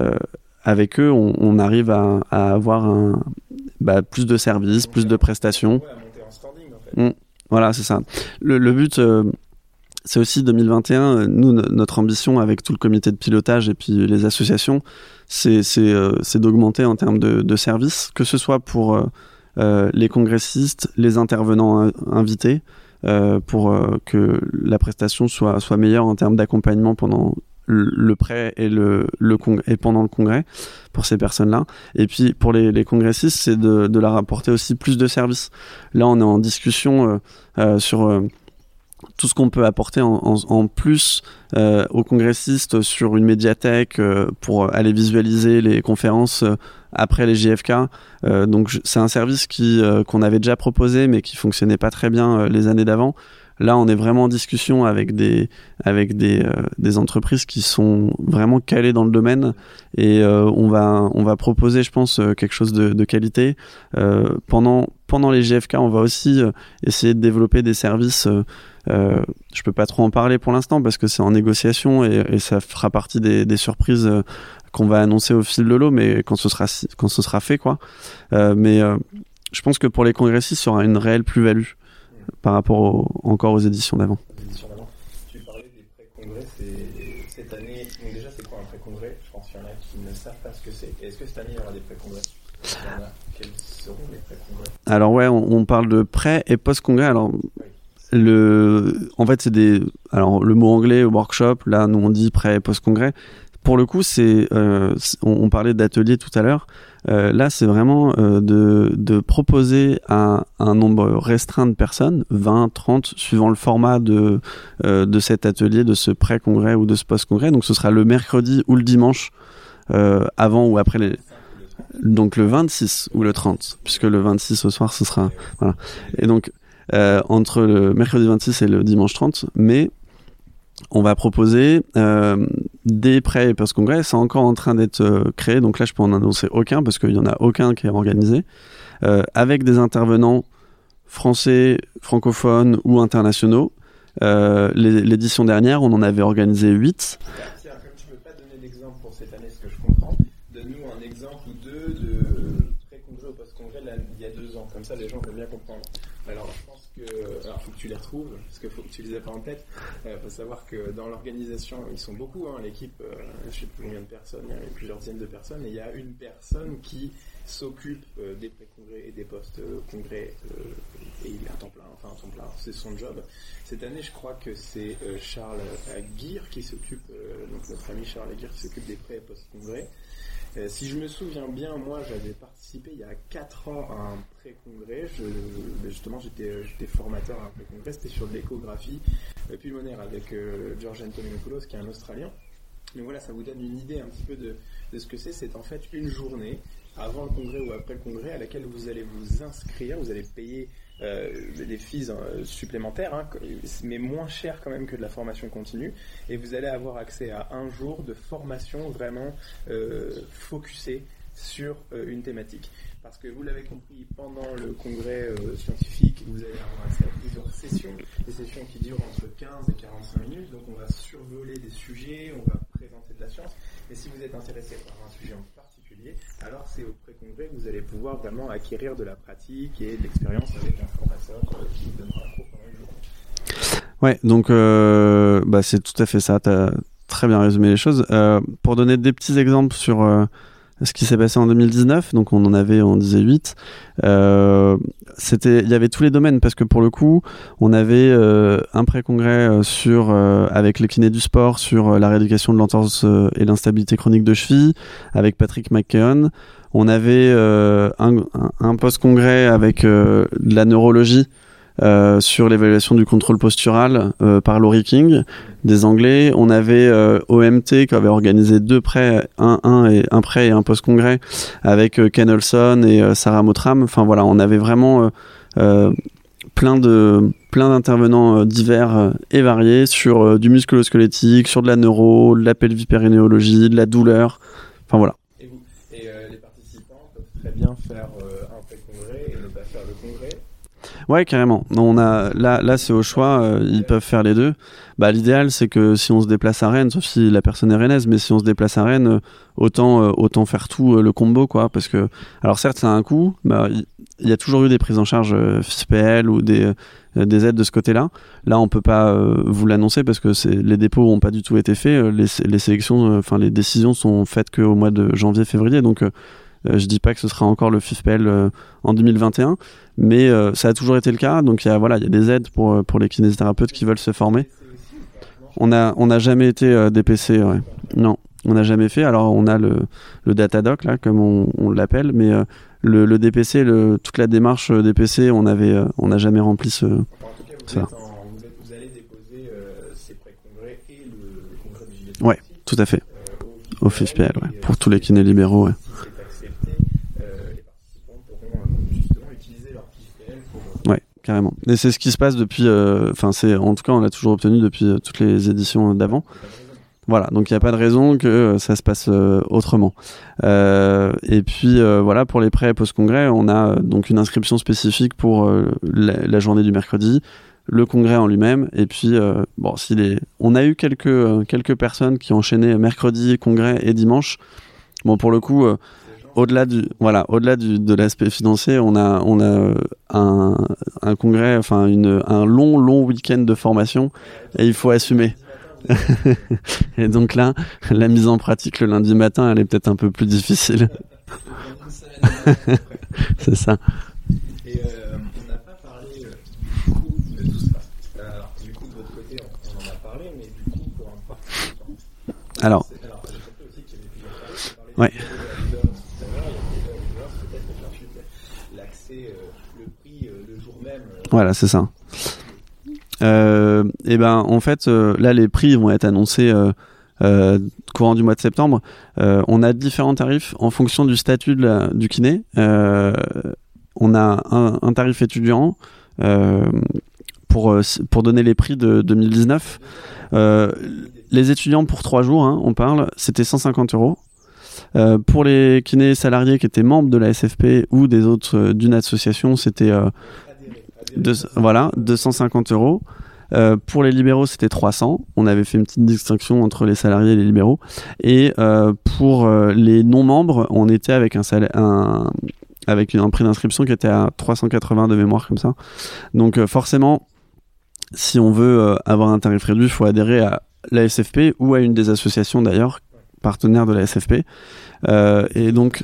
avec eux, on arrive à avoir plus de services, plus de prestations. Ouais, à monter en standing, en fait. Voilà, c'est ça. Le but, c'est aussi 2021. Nous, notre ambition avec tout le comité de pilotage et puis les associations, c'est d'augmenter en termes de services, que ce soit pour les congressistes, les intervenants invités, pour que la prestation soit meilleure en termes d'accompagnement pendant le prêt et et pendant le congrès pour ces personnes-là. Et puis pour les congressistes, c'est de leur apporter aussi plus de services. Là, on est en discussion sur tout ce qu'on peut apporter en plus aux congressistes sur une médiathèque pour aller visualiser les conférences après les JFK. Donc c'est un service qu'on avait déjà proposé mais qui fonctionnait pas très bien les années d'avant. Là, on est vraiment en discussion avec des entreprises qui sont vraiment calées dans le domaine et on va proposer, je pense, quelque chose de qualité. Pendant les JFK, on va aussi essayer de développer des services. Je peux pas trop en parler pour l'instant parce que c'est en négociation et ça fera partie des surprises qu'on va annoncer au fil de l'eau, mais quand ce sera fait, quoi. Mais je pense que pour les congressistes, il y aura une réelle plus-value par rapport encore aux éditions d'avant. Tu parlais des pré-congrès, cette année. Donc déjà, c'est quoi un pré-congrès ? Je pense qu'il y en a qui ne savent pas ce que c'est. Est-ce que cette année, il y aura des pré-congrès ? Quels seront les pré-congrès ? Alors ouais, on parle de pré- et post-congrès. Alors en fait, le mot anglais, workshop, là, nous on dit pré- et post-congrès. Pour le coup, on parlait d'atelier tout à l'heure. Là, c'est vraiment de proposer à un nombre restreint de personnes, 20, 30, suivant le format de cet atelier, de ce pré-congrès ou de ce post-congrès. Donc, ce sera le mercredi ou le dimanche, avant ou après les... Donc, le 26 ou le 30, puisque le 26 au soir, ce sera... Voilà. Et donc, entre le mercredi 26 et le dimanche 30, mais... On va proposer des pré- et post-congrès. C'est encore en train d'être créé, donc là je peux en annoncer aucun parce qu'il n'y en a aucun qui est organisé, avec des intervenants français, francophones ou internationaux. L'édition dernière, on en avait organisé 8. Tiens, comme tu ne peux pas donner d'exemple pour cette année, ce que je comprends, donne-nous un exemple ou deux de pré-congrès ou post-congrès il y a 2 ans. Comme ça, les gens vont bien comprendre. Alors, je pense que... Alors, il faut que tu les retrouves, parce qu'il faut que tu les aies pas en tête. Il faut savoir que dans l'organisation, ils sont beaucoup, l'équipe, je ne sais plus combien de personnes, il y a plusieurs dizaines de personnes, et il y a une personne qui s'occupe des pré-congrès et des post-congrès, et il est à temps plein, c'est son job. Cette année, je crois que c'est Charles Aguirre qui s'occupe, donc notre ami Charles Aguirre qui s'occupe des pré- et post-congrès. Si je me souviens bien, moi j'avais participé il y a 4 ans à un pré-congrès. Justement, j'étais formateur à un pré-congrès. C'était sur l'échographie pulmonaire avec George Antonopoulos, qui est un Australien. Mais voilà, ça vous donne une idée un petit peu de ce que c'est. C'est en fait une journée avant le congrès ou après le congrès à laquelle vous allez vous inscrire. Vous allez payer des fees supplémentaires, mais moins cher quand même que de la formation continue, et vous allez avoir accès à un jour de formation vraiment focusée sur une thématique. Parce que vous l'avez compris, pendant le congrès scientifique, vous allez avoir accès à plusieurs sessions, des sessions qui durent entre 15 et 45 minutes, donc on va survoler des sujets, on va présenter de la science, et si vous êtes intéressé par un sujet en particulier, alors c'est au pré-congrès que vous allez pouvoir vraiment acquérir de la pratique et de l'expérience avec un formateur qui vous donnera un cours pendant une journée. Ouais, donc c'est tout à fait ça, tu as très bien résumé les choses. Pour donner des petits exemples sur ce qui s'est passé en 2019, donc on disait 8, il y avait tous les domaines, parce que pour le coup, on avait un pré-congrès avec les kinés du sport sur la rééducation de l'entorse et l'instabilité chronique de cheville, avec Patrick McKeown. On avait un post-congrès avec de la neurologie, sur l'évaluation du contrôle postural par Laurie King, des Anglais. On avait OMT qui avait organisé 2 prêts, un prêt et un post-congrès avec Ken Olson et Sarah Motram. Enfin voilà, on avait vraiment plein d'intervenants divers et variés sur du musculo-squelettique, sur de la neuro, de la pelvipérinéologie, de la douleur. Enfin voilà. Et les participants peuvent très bien faire un pré-congrès et ne pas faire le congrès. Ouais, carrément. Là, c'est au choix. Ils peuvent faire les deux. L'idéal, c'est que si on se déplace à Rennes, sauf si la personne est rennaise, mais si on se déplace à Rennes, autant faire tout le combo, quoi. Parce que, alors certes, ça a un coût. Il y a toujours eu des prises en charge FISPL ou des aides de ce côté-là. Là, on peut pas vous l'annoncer parce que les dépôts ont pas du tout été faits. Les sélections, les décisions sont faites qu'au mois de janvier-février. Donc je dis pas que ce sera encore le FIFPL en 2021, mais ça a toujours été le cas. Donc il y a des aides pour les kinésithérapeutes qui veulent se former. On n'a jamais été DPC, ouais. Non, on n'a jamais fait. Alors on a le Datadoc là, comme on l'appelle, mais le DPC, toute la démarche DPC, on n'a jamais rempli ce. En tout cas, vous allez déposer ces pré-congrès et le congrès de JVT. Ouais, tout à fait. Au FIFPL, ouais, pour tous les kinés libéraux, ouais. Carrément. Et c'est ce qui se passe depuis. En tout cas, on l'a toujours obtenu depuis toutes les éditions d'avant. Voilà. Donc, il n'y a pas de raison que ça se passe autrement. Et puis, pour les pré- et post-congrès, on a donc une inscription spécifique pour la journée du mercredi, le congrès en lui-même. Et puis, on a eu quelques personnes qui enchaînaient mercredi, congrès et dimanche. Bon, pour le coup. Au-delà de l'aspect financier, on a un congrès, un long week-end de formation, et il faut assumer. Et donc là, la mise en pratique le lundi matin, elle est peut-être un peu plus difficile. C'est ça. Et on n'a pas parlé du coup de tout ça. Alors, du coup, de votre côté, on en a parlé, mais du coup, pour un participant. Alors, j'ai compris aussi qu'il y avait plusieurs services. ouais. fixer le prix le jour même. Voilà, c'est ça. Et ben en fait, là les prix vont être annoncés courant du mois de septembre. On a différents tarifs en fonction du statut du kiné. On a un tarif étudiant pour donner les prix de 2019. Les étudiants pour 3 jours, hein, on parle, c'était 150 €. Pour les kinés salariés qui étaient membres de la SFP ou des autres d'une association, c'était 250 €. Pour les libéraux, c'était 300. On avait fait une petite distinction entre les salariés et les libéraux. Et pour les non-membres, on était avec avec un prix d'inscription qui était à 380 de mémoire comme ça. Donc forcément, si on veut avoir un tarif réduit, il faut adhérer à la SFP ou à une des associations d'ailleurs, partenaires de la SFP. Et donc,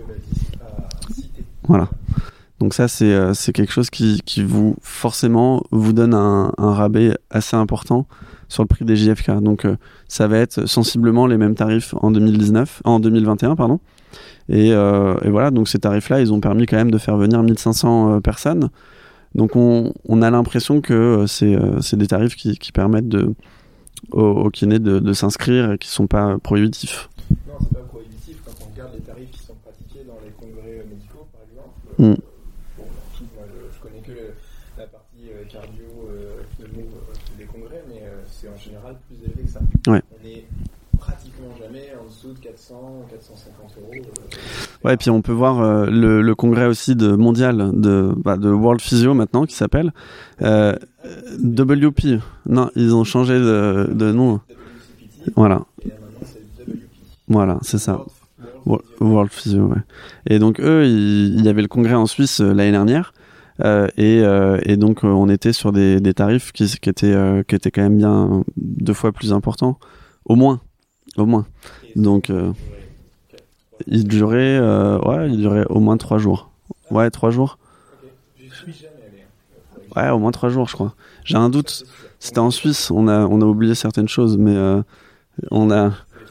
voilà. Donc ça, c'est quelque chose qui forcément vous donne un rabais assez important sur le prix des JFK. Donc ça va être sensiblement les mêmes tarifs en 2021, pardon. Et voilà, donc ces tarifs-là, ils ont permis quand même de faire venir 1500 personnes. Donc on a l'impression que c'est des tarifs qui permettent aux kinés de s'inscrire et qui sont pas prohibitifs. Non, c'est pas prohibitif quand on regarde les tarifs qui sont pratiqués dans les congrès médicaux, par exemple. Je connais que la partie cardio des congrès, mais c'est en général plus élevé que ça. Ouais. On est pratiquement jamais en dessous de 400, 450 €. Ouais, et puis on peut voir le congrès aussi mondial de World Physio maintenant qui s'appelle WP. Non, ils ont changé de nom. WCPT, voilà. Et là maintenant c'est WP. Voilà, c'est ça. World Physio, ouais. Et donc eux, il y avait le congrès en Suisse l'année dernière. Et donc on était sur des tarifs qui étaient quand même bien 2 fois plus importants, au moins. Donc il durait au moins 3 jours. Ouais, 3 jours. Je suis jamais allé. Ouais, au moins 3 jours, je crois. J'ai un doute. C'était en Suisse. On a oublié certaines choses, mais on a.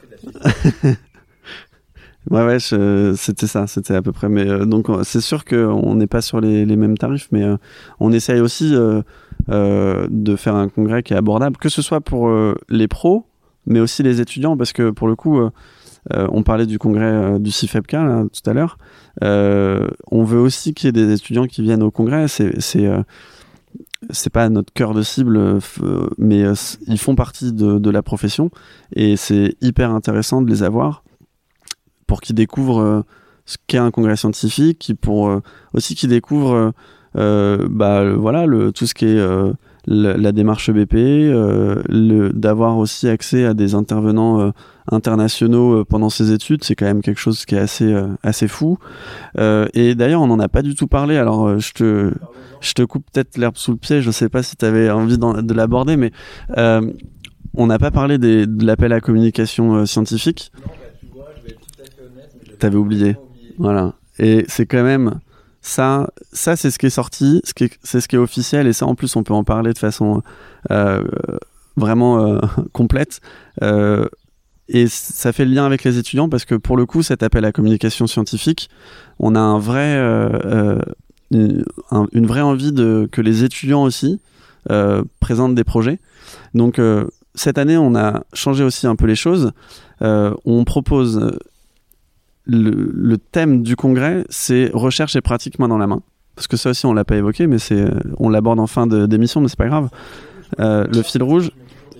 Ouais, c'était ça, c'était à peu près. Mais donc c'est sûr qu'on n'est pas sur les mêmes tarifs, mais on essaye aussi de faire un congrès qui est abordable, que ce soit pour les pros, mais aussi les étudiants, parce que pour le coup, on parlait du congrès du CIFEPK là, tout à l'heure. On veut aussi qu'il y ait des étudiants qui viennent au congrès. C'est pas notre cœur de cible, mais ils font partie de la profession et c'est hyper intéressant de les avoir pour qu'ils découvrent ce qu'est un congrès scientifique, aussi qu'ils découvrent tout ce qui est la démarche BP, d'avoir aussi accès à des intervenants internationaux pendant ses études, c'est quand même quelque chose qui est assez fou. Et d'ailleurs, on n'en a pas du tout parlé, alors je te coupe peut-être l'herbe sous le pied, je sais pas si tu avais envie de l'aborder, mais on n'a pas parlé de l'appel à communication scientifique. Non, tu vois, je vais être tout à fait honnête, mais t'avais oublié. Voilà. Et c'est quand même ça c'est ce qui est sorti, c'est ce qui est officiel, et ça en plus on peut en parler de façon vraiment complète. Et ça fait le lien avec les étudiants parce que pour le coup, cet appel à communication scientifique, on a une vraie envie que les étudiants aussi présentent des projets. Donc cette année, on a changé aussi un peu les choses. On propose le thème du congrès, c'est recherche et pratique main dans la main. Parce que ça aussi, on l'a pas évoqué, mais on l'aborde en fin d'émission, mais c'est pas grave. Le fil rouge.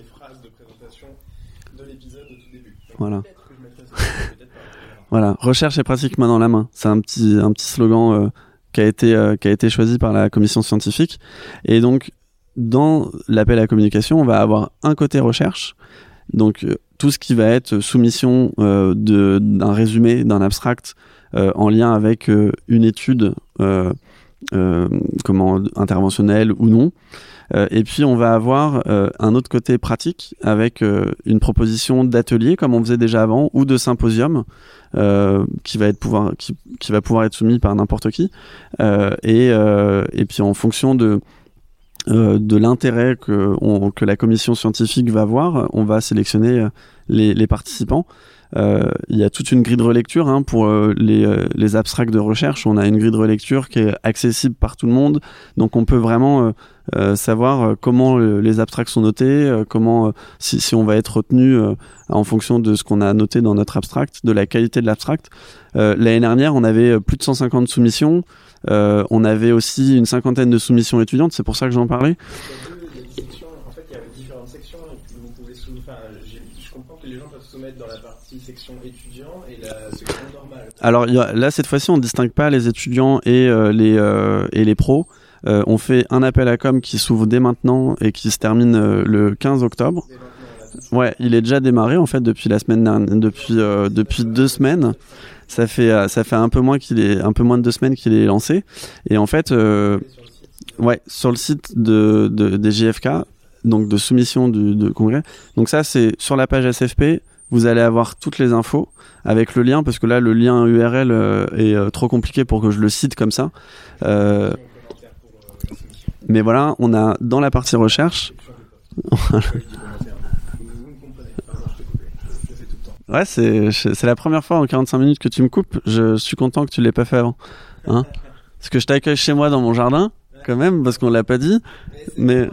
Voilà. Voilà, recherche et pratique main dans la main. C'est un petit slogan qui a été choisi par la commission scientifique. Et donc, dans l'appel à la communication, on va avoir un côté recherche. Donc, tout ce qui va être soumission d'un résumé, d'un abstract en lien avec une étude interventionnelle ou non. Et puis on va avoir un autre côté pratique avec une proposition d'atelier comme on faisait déjà avant ou de symposium qui va pouvoir être soumis par n'importe qui et puis en fonction de l'intérêt que la commission scientifique va avoir, on va sélectionner les participants. il y a toute une grille de relecture pour les abstracts de recherche. On a une grille de relecture qui est accessible par tout le monde, donc on peut vraiment savoir comment les abstracts sont notés, comment si on va être retenu en fonction de ce qu'on a noté dans notre abstract, de la qualité de l'abstract. L'année dernière, on avait plus de 150 soumissions. On avait aussi une 50aine de soumissions étudiantes, c'est pour ça que j'en parlais. Il y a différentes sections et vous pouvez je comprends que les gens peuvent soumettre dans la partie section étudiant et la section normale. Alors là, cette fois-ci, on ne distingue pas les étudiants et les pros. On fait un appel à com qui s'ouvre dès maintenant et qui se termine le 15 octobre. Ouais, il est déjà démarré en fait depuis la semaine dernière, depuis 2 semaines. Ça fait un peu moins de 2 semaines qu'il est lancé. Et en fait, sur le site des JFK, donc de soumission de congrès. Donc ça, c'est sur la page SFP. Vous allez avoir toutes les infos avec le lien, parce que là, le lien URL est trop compliqué pour que je le cite comme ça. Mais voilà, on a dans la partie recherche. Ouais, c'est la première fois en 45 minutes que tu me coupes. Je suis content que tu l'aies pas fait avant. Parce que je t'accueille chez moi dans mon jardin, quand même, parce qu'on l'a pas dit. Mais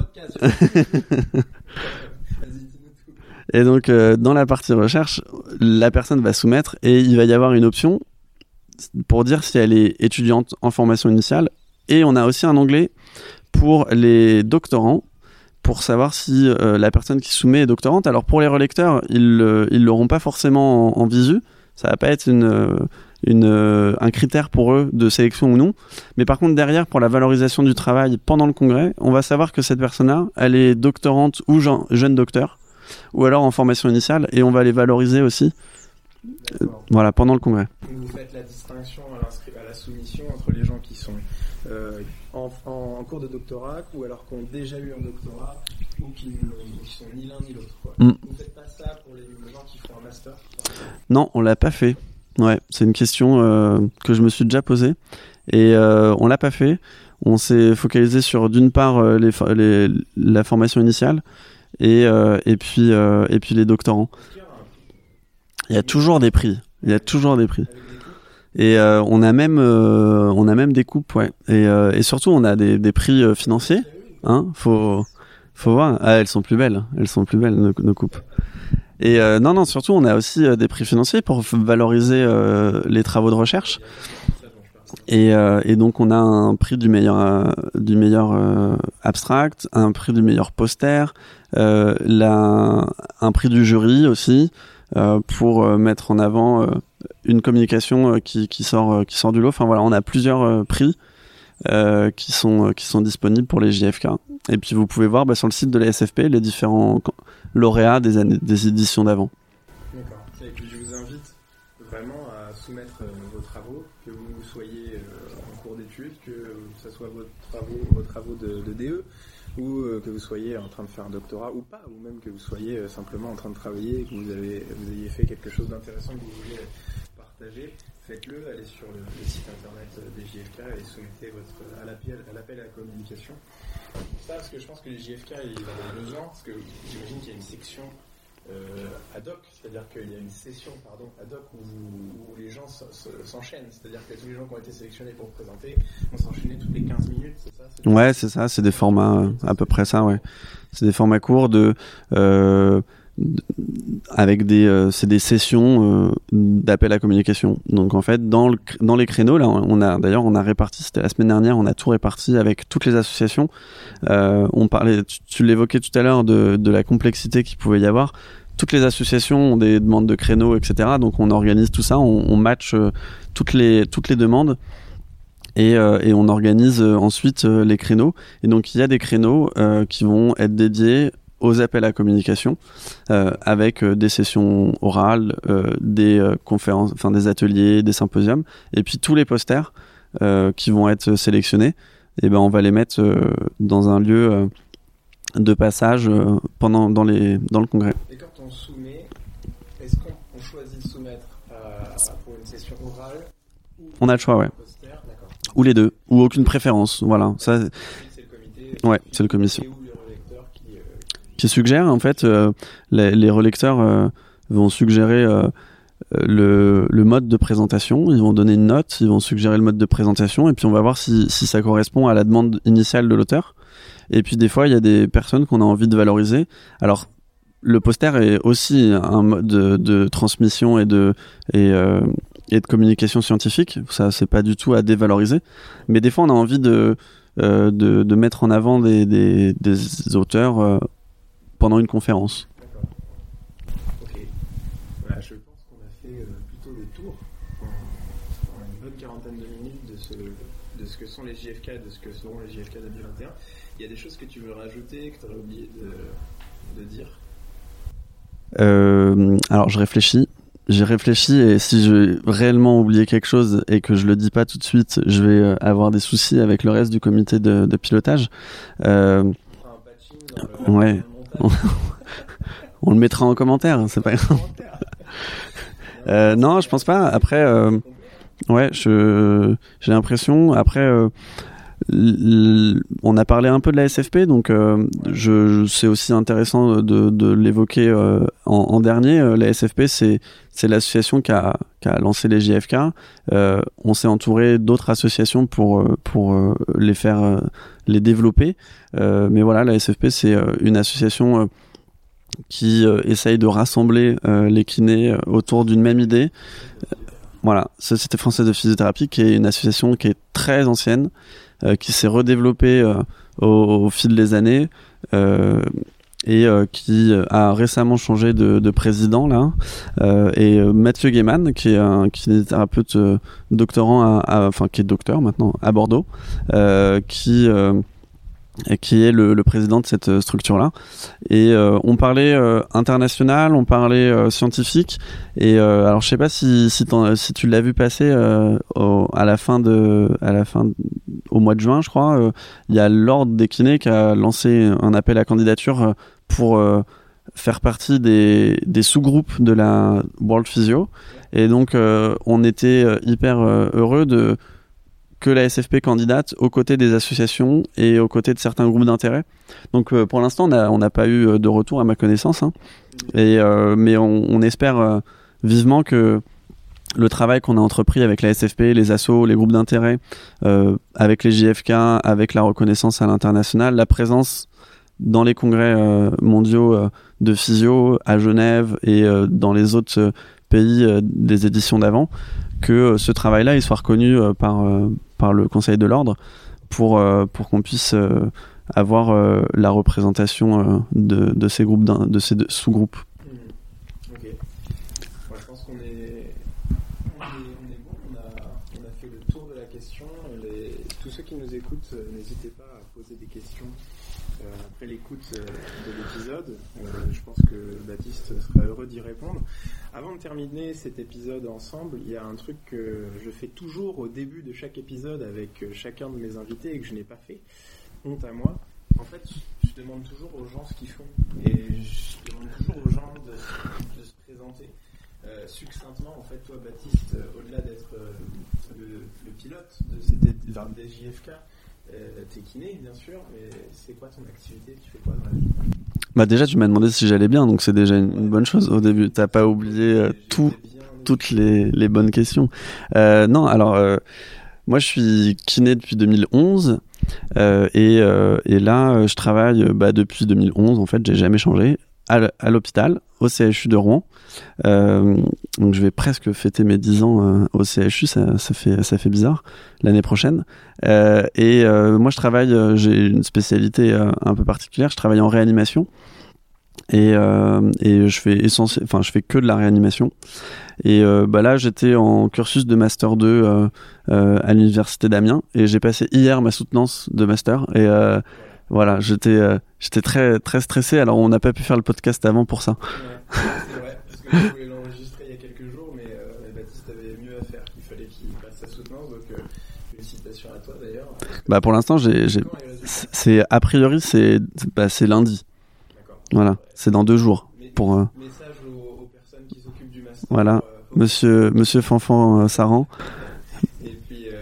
et donc, dans la partie recherche, la personne va soumettre et il va y avoir une option pour dire si elle est étudiante en formation initiale. Et on a aussi un onglet pour les doctorants, pour savoir si la personne qui soumet est doctorante. Alors pour les relecteurs, ils l'auront pas forcément en visu. Ça va pas être un critère pour eux de sélection ou non. Mais par contre, derrière, pour la valorisation du travail pendant le congrès, on va savoir que cette personne-là, elle est doctorante ou jeune docteur, ou alors en formation initiale, et on va les valoriser aussi. Voilà, pendant le congrès. Vous faites la distinction à la soumission entre les gens qui sont en cours de doctorat ou alors qui ont déjà eu un doctorat ou qui sont ni l'un ni l'autre. Vous ne faites pas ça pour les gens qui font un master? Non, on l'a pas fait. Ouais, c'est une question que je me suis déjà posée et on l'a pas fait. On s'est focalisé sur d'une part la formation initiale et puis les doctorants. Il y a toujours des prix. Et on a même des coupes, ouais. Et surtout on a des prix financiers. Faut voir. Ah, elles sont plus belles nos coupes. Et non, surtout on a aussi des prix financiers pour valoriser les travaux de recherche. Et donc on a un prix du meilleur abstract, un prix du meilleur poster, un prix du jury aussi, pour mettre en avant une communication qui sort du lot. Enfin voilà, on a plusieurs prix qui sont disponibles pour les JFK. Et puis vous pouvez voir sur le site de la SFP les différents lauréats des éditions d'avant. D'accord. Et puis je vous invite vraiment à soumettre vos travaux, que vous soyez en cours d'études, que ce soit vos travaux de DE, ou que vous soyez en train de faire un doctorat ou pas, ou même que vous soyez simplement en train de travailler et que vous ayez fait quelque chose d'intéressant que vous voulez partager. Faites-le, allez sur le site internet des JFK et soumettez à l'appel à la communication. Ça, parce que je pense que les JFK, ils en ont besoin, parce que j'imagine qu'il y a une section ad hoc, c'est-à-dire qu'il y a une session ad hoc où les gens s'enchaînent, c'est-à-dire que tous les gens qui ont été sélectionnés pour présenter vont s'enchaîner toutes les 15 minutes, c'est ça? Ouais, c'est ça, c'est des formats à peu près ça, ouais. C'est des formats courts avec c'est des sessions d'appel à communication. Donc en fait, dans les créneaux là, on a réparti, c'était la semaine dernière, on a tout réparti avec toutes les associations. On parlait, tu l'évoquais tout à l'heure de la complexité qu'il pouvait y avoir. Toutes les associations ont des demandes de créneaux, etc. Donc on organise tout ça, on match toutes les demandes. Et on organise ensuite les créneaux. Et donc il y a des créneaux qui vont être dédiés aux appels à communication, avec des sessions orales, des conférences, enfin des ateliers, des symposiums, et puis tous les posters qui vont être sélectionnés. Et on va les mettre dans un lieu de passage dans le congrès. Et quand on soumet, est-ce qu'on choisit de soumettre pour une session orale ou on a le choix, ouais. Poster, ou les deux, ou aucune préférence, voilà. Ça, c'est le comité. Ouais, c'est le commission. Et où les relecteurs qui suggèrent, en fait, les relecteurs vont suggérer le mode de présentation. Ils vont donner une note, ils vont suggérer le mode de présentation, et puis on va voir si ça correspond à la demande initiale de l'auteur. Et puis des fois, il y a des personnes qu'on a envie de valoriser. Alors, le poster est aussi un mode de transmission et de communication scientifique. Ça, c'est pas du tout à dévaloriser. Mais des fois, on a envie de mettre en avant des auteurs pendant une conférence. D'accord. Ok. Voilà, je pense qu'on a fait plutôt le tour en une bonne quarantaine de minutes de ce que sont les JFK et de ce que seront les JFK 2021. Il y a des choses que tu veux rajouter, que tu aurais oublié de dire? Alors j'ai réfléchi et si j'ai réellement oublié quelque chose et que je le dis pas tout de suite, je vais avoir des soucis avec le reste du comité de pilotage. Ouais. On le mettra en commentaire, c'est pas grave. Non, je pense pas. Après, ouais, j'ai l'impression. Après, on a parlé un peu de la SFP, donc c'est aussi intéressant de l'évoquer en dernier. La SFP, c'est l'association qui a lancé les JFK. On s'est entouré d'autres associations pour les développer. Mais voilà, la SFP, c'est une association qui essaye de rassembler les kinés autour d'une même idée. Voilà, Société française de physiothérapie, qui est une association qui est très ancienne, qui s'est redéveloppée au fil des années et qui a récemment changé de président là. Et Mathieu Guéman, qui est un kinésithérapeute doctorant, enfin qui est docteur maintenant à Bordeaux, qui est le président de cette structure-là. Et on parlait international, on parlait scientifique. Et alors je sais pas si tu l'as vu passer au mois de juin, je crois. Il y a l'Ordre des kinés qui a lancé un appel à candidature pour faire partie des sous-groupes de la World Physio. Et donc on était hyper heureux que la SFP candidate aux côtés des associations et aux côtés de certains groupes d'intérêt. Donc pour l'instant, on n'a pas eu de retour à ma connaissance. Hein. Mais on espère vivement que le travail qu'on a entrepris avec la SFP, les assos, les groupes d'intérêt, avec les JFK, avec la reconnaissance à l'international, la présence dans les congrès mondiaux de physio à Genève et dans les autres pays des éditions d'avant, que ce travail-là il soit reconnu par le Conseil de l'Ordre pour qu'on puisse avoir la représentation de ces groupes de ces sous-groupes. Ok. Moi, je pense qu'on est bon. On a fait le tour de la question. Tous ceux qui nous écoutent, n'hésitez pas à poser des questions après l'écoute de l'épisode. Je pense que Baptiste sera heureux d'y répondre. Avant de terminer cet épisode ensemble, il y a un truc que je fais toujours au début de chaque épisode avec chacun de mes invités et que je n'ai pas fait. Honte à moi. En fait, je demande toujours aux gens ce qu'ils font. Et je demande toujours aux gens de se présenter succinctement. En fait, toi, Baptiste, au-delà d'être le pilote des JFK, t'es kiné, bien sûr, mais c'est quoi ton activité? Tu fais quoi dans la vie? Bah déjà, tu m'as demandé si j'allais bien, donc c'est déjà une bonne chose au début. T'as pas oublié toutes les bonnes questions. Non, alors moi je suis kiné depuis 2011 et là je travaille depuis 2011. En fait, j'ai jamais changé à l'hôpital, au CHU de Rouen. Donc je vais presque fêter mes 10 ans au CHU, ça fait bizarre, l'année prochaine. Et moi je travaille, j'ai une spécialité un peu particulière, je travaille en réanimation et je fais que de la réanimation. Et là j'étais en cursus de master 2 à l'université d'Amiens et j'ai passé hier ma soutenance de master et voilà, j'étais très très stressé. Alors on n'a pas pu faire le podcast avant pour ça. Ouais, c'est vrai, parce que je voulais l'enregistrer il y a quelques jours, mais Baptiste avait mieux à faire. Il fallait qu'il passe sa soutenance, donc félicitations à toi d'ailleurs. Pour l'instant, c'est a priori c'est lundi. D'accord. Voilà, c'est dans 2 jours. Message aux personnes qui s'occupent du master. Voilà, Monsieur Fanfan Saran. Et puis il y a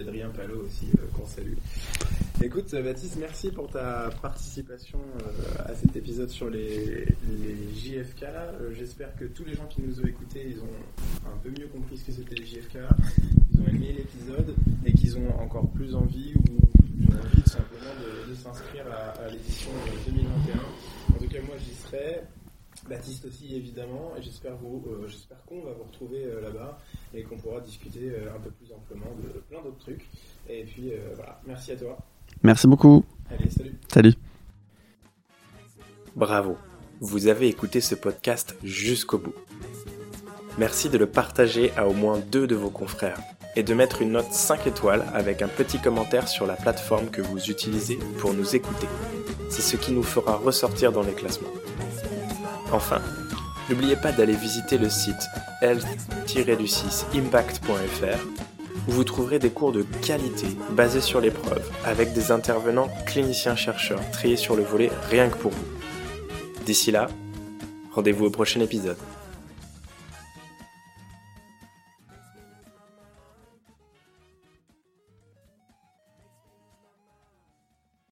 Adrien Palot aussi, qu'on salue. Écoute, Baptiste, merci pour ta participation à cet épisode sur les JFK. J'espère que tous les gens qui nous ont écoutés, ils ont un peu mieux compris ce que c'était les JFK, ils ont aimé l'épisode et qu'ils ont encore plus envie ou envie tout simplement de s'inscrire à l'édition 2021. En tout cas, moi, j'y serai. Baptiste aussi, évidemment, et j'espère qu'on va vous retrouver là-bas et qu'on pourra discuter un peu plus amplement de plein d'autres trucs. Et puis, voilà, merci à toi. Merci beaucoup. Allez, salut. Salut. Bravo, vous avez écouté ce podcast jusqu'au bout. Merci de le partager à au moins 2 de vos confrères et de mettre une note 5 étoiles avec un petit commentaire sur la plateforme que vous utilisez pour nous écouter. C'est ce qui nous fera ressortir dans les classements. Enfin, n'oubliez pas d'aller visiter le site health-impact.fr où vous trouverez des cours de qualité basés sur l'épreuve avec des intervenants cliniciens-chercheurs triés sur le volet rien que pour vous. D'ici là, rendez-vous au prochain épisode.